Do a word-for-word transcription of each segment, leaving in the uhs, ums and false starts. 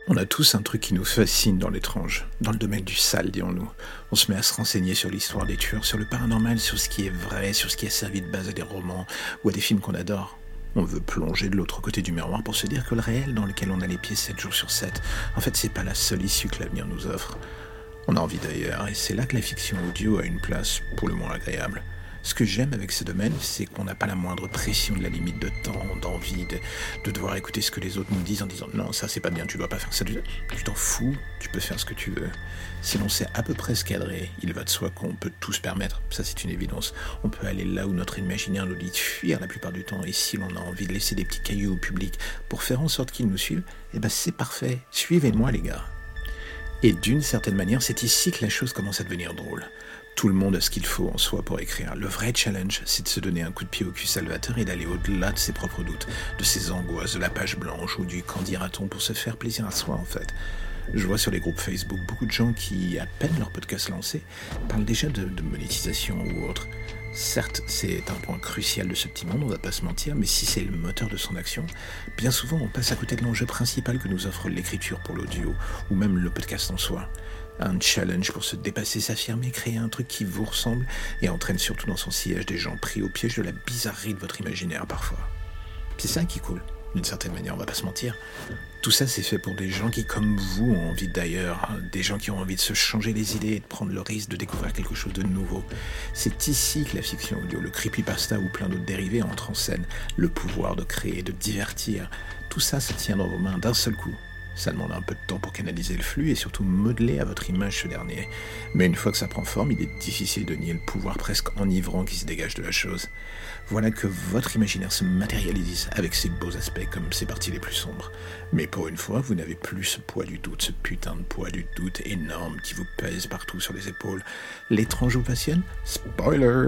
On a tous un truc qui nous fascine dans l'étrange, dans le domaine du sale, dirons-nous. On se met à se renseigner sur l'histoire des tueurs, sur le paranormal, sur ce qui est vrai, sur ce qui a servi de base à des romans ou à des films qu'on adore. On veut plonger de l'autre côté du miroir pour se dire que le réel dans lequel on a les pieds sept jours sur sept, en fait, c'est pas la seule issue que l'avenir nous offre. On a envie d'ailleurs, et c'est là que la fiction audio a une place, pour le moins agréable. Ce que j'aime avec ce domaine, c'est qu'on n'a pas la moindre pression de la limite de temps, d'envie, de, de devoir écouter ce que les autres nous disent en disant « Non, ça c'est pas bien, tu dois pas faire ça. » Tu t'en fous, tu peux faire ce que tu veux. Si l'on sait à peu près se cadrer, il va de soi qu'on peut tout se permettre, ça c'est une évidence. On peut aller là où notre imaginaire nous dit de fuir la plupart du temps, et si l'on a envie de laisser des petits cailloux au public pour faire en sorte qu'ils nous suivent, eh ben c'est parfait, suivez-moi les gars. Et d'une certaine manière, c'est ici que la chose commence à devenir drôle. Tout le monde a ce qu'il faut en soi pour écrire. Le vrai challenge, c'est de se donner un coup de pied au cul salvateur et d'aller au-delà de ses propres doutes, de ses angoisses, de la page blanche ou du qu'en dira-t-on pour se faire plaisir à soi en fait. Je vois sur les groupes Facebook beaucoup de gens qui, à peine leur podcast lancé, parlent déjà de, de monétisation ou autre. Certes, c'est un point crucial de ce petit monde, on va pas se mentir, mais si c'est le moteur de son action, bien souvent on passe à côté de l'enjeu principal que nous offre l'écriture pour l'audio, ou même le podcast en soi. Un challenge pour se dépasser, s'affirmer, créer un truc qui vous ressemble et entraîne surtout dans son sillage des gens pris au piège de la bizarrerie de votre imaginaire parfois. C'est ça qui est cool, d'une certaine manière, on va pas se mentir. Tout ça c'est fait pour des gens qui, comme vous, ont envie d'ailleurs, des gens qui ont envie de se changer les idées et de prendre le risque de découvrir quelque chose de nouveau. C'est ici que la fiction audio, le creepypasta ou plein d'autres dérivés entrent en scène. Le pouvoir de créer, de divertir, tout ça, ça tient dans vos mains d'un seul coup. Ça demande un peu de temps pour canaliser le flux et surtout modeler à votre image ce dernier. Mais une fois que ça prend forme, il est difficile de nier le pouvoir presque enivrant qui se dégage de la chose. Voilà que votre imaginaire se matérialise avec ses beaux aspects comme ses parties les plus sombres. Mais pour une fois, vous n'avez plus ce poids du doute, ce putain de poids du doute énorme qui vous pèse partout sur les épaules. L'étrange vous passionne ? Spoiler !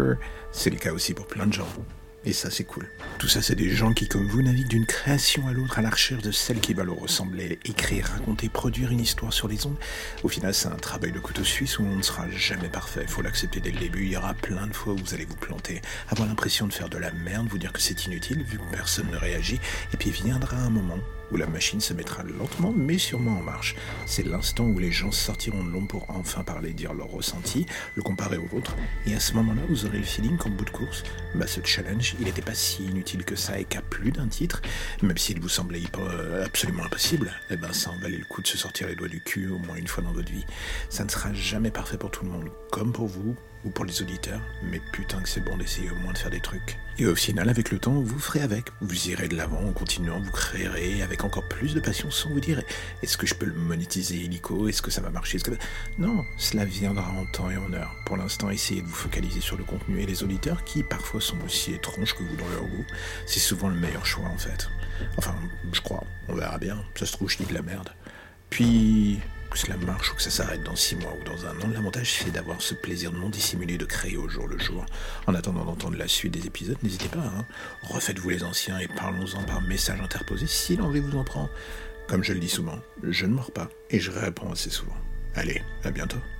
C'est le cas aussi pour plein de gens. Et ça, c'est cool. Tout ça, c'est des gens qui, comme vous, naviguent d'une création à l'autre à la recherche de celle qui va leur ressembler. Écrire, raconter, produire une histoire sur les ondes. Au final, c'est un travail de couteau suisse où on ne sera jamais parfait. Il faut l'accepter dès le début. Il y aura plein de fois où vous allez vous planter, avoir l'impression de faire de la merde, vous dire que c'est inutile vu que personne ne réagit. Et puis viendra un moment où la machine se mettra lentement mais sûrement en marche. C'est l'instant où les gens sortiront de l'ombre pour enfin parler, dire leur ressenti, le comparer au vôtre. Et à ce moment-là, vous aurez le feeling qu'en bout de course, bah ce challenge, il n'était pas si inutile que ça et qu'à plus d'un titre, même s'il vous semblait hyper, euh, absolument impossible, eh ben ça en valait le coup de se sortir les doigts du cul au moins une fois dans votre vie. Ça ne sera jamais parfait pour tout le monde, comme pour vous ou pour les auditeurs, mais putain que c'est bon d'essayer au moins de faire des trucs. Et au final, avec le temps, vous ferez avec. Vous irez de l'avant en continuant, vous créerez avec encore plus de passion sans vous dire « Est-ce que je peux le monétiser illico ? Est-ce que ça va marcher ?» que... Non, cela viendra en temps et en heure. Pour l'instant, essayez de vous focaliser sur le contenu et les auditeurs qui parfois sont aussi étranges que vous dans leur goût. C'est souvent le meilleur choix en fait. Enfin, je crois, on verra bien. Ça se trouve, je dis de la merde. Puis... que cela marche ou que ça s'arrête dans six mois ou dans un an, l'avantage c'est d'avoir ce plaisir non dissimulé de créer au jour le jour. En attendant d'entendre la suite des épisodes, n'hésitez pas, hein. Refaites-vous les anciens et parlons-en par message interposé si l'envie vous en prend. Comme je le dis souvent, je ne mords pas et je réponds assez souvent. Allez, à bientôt.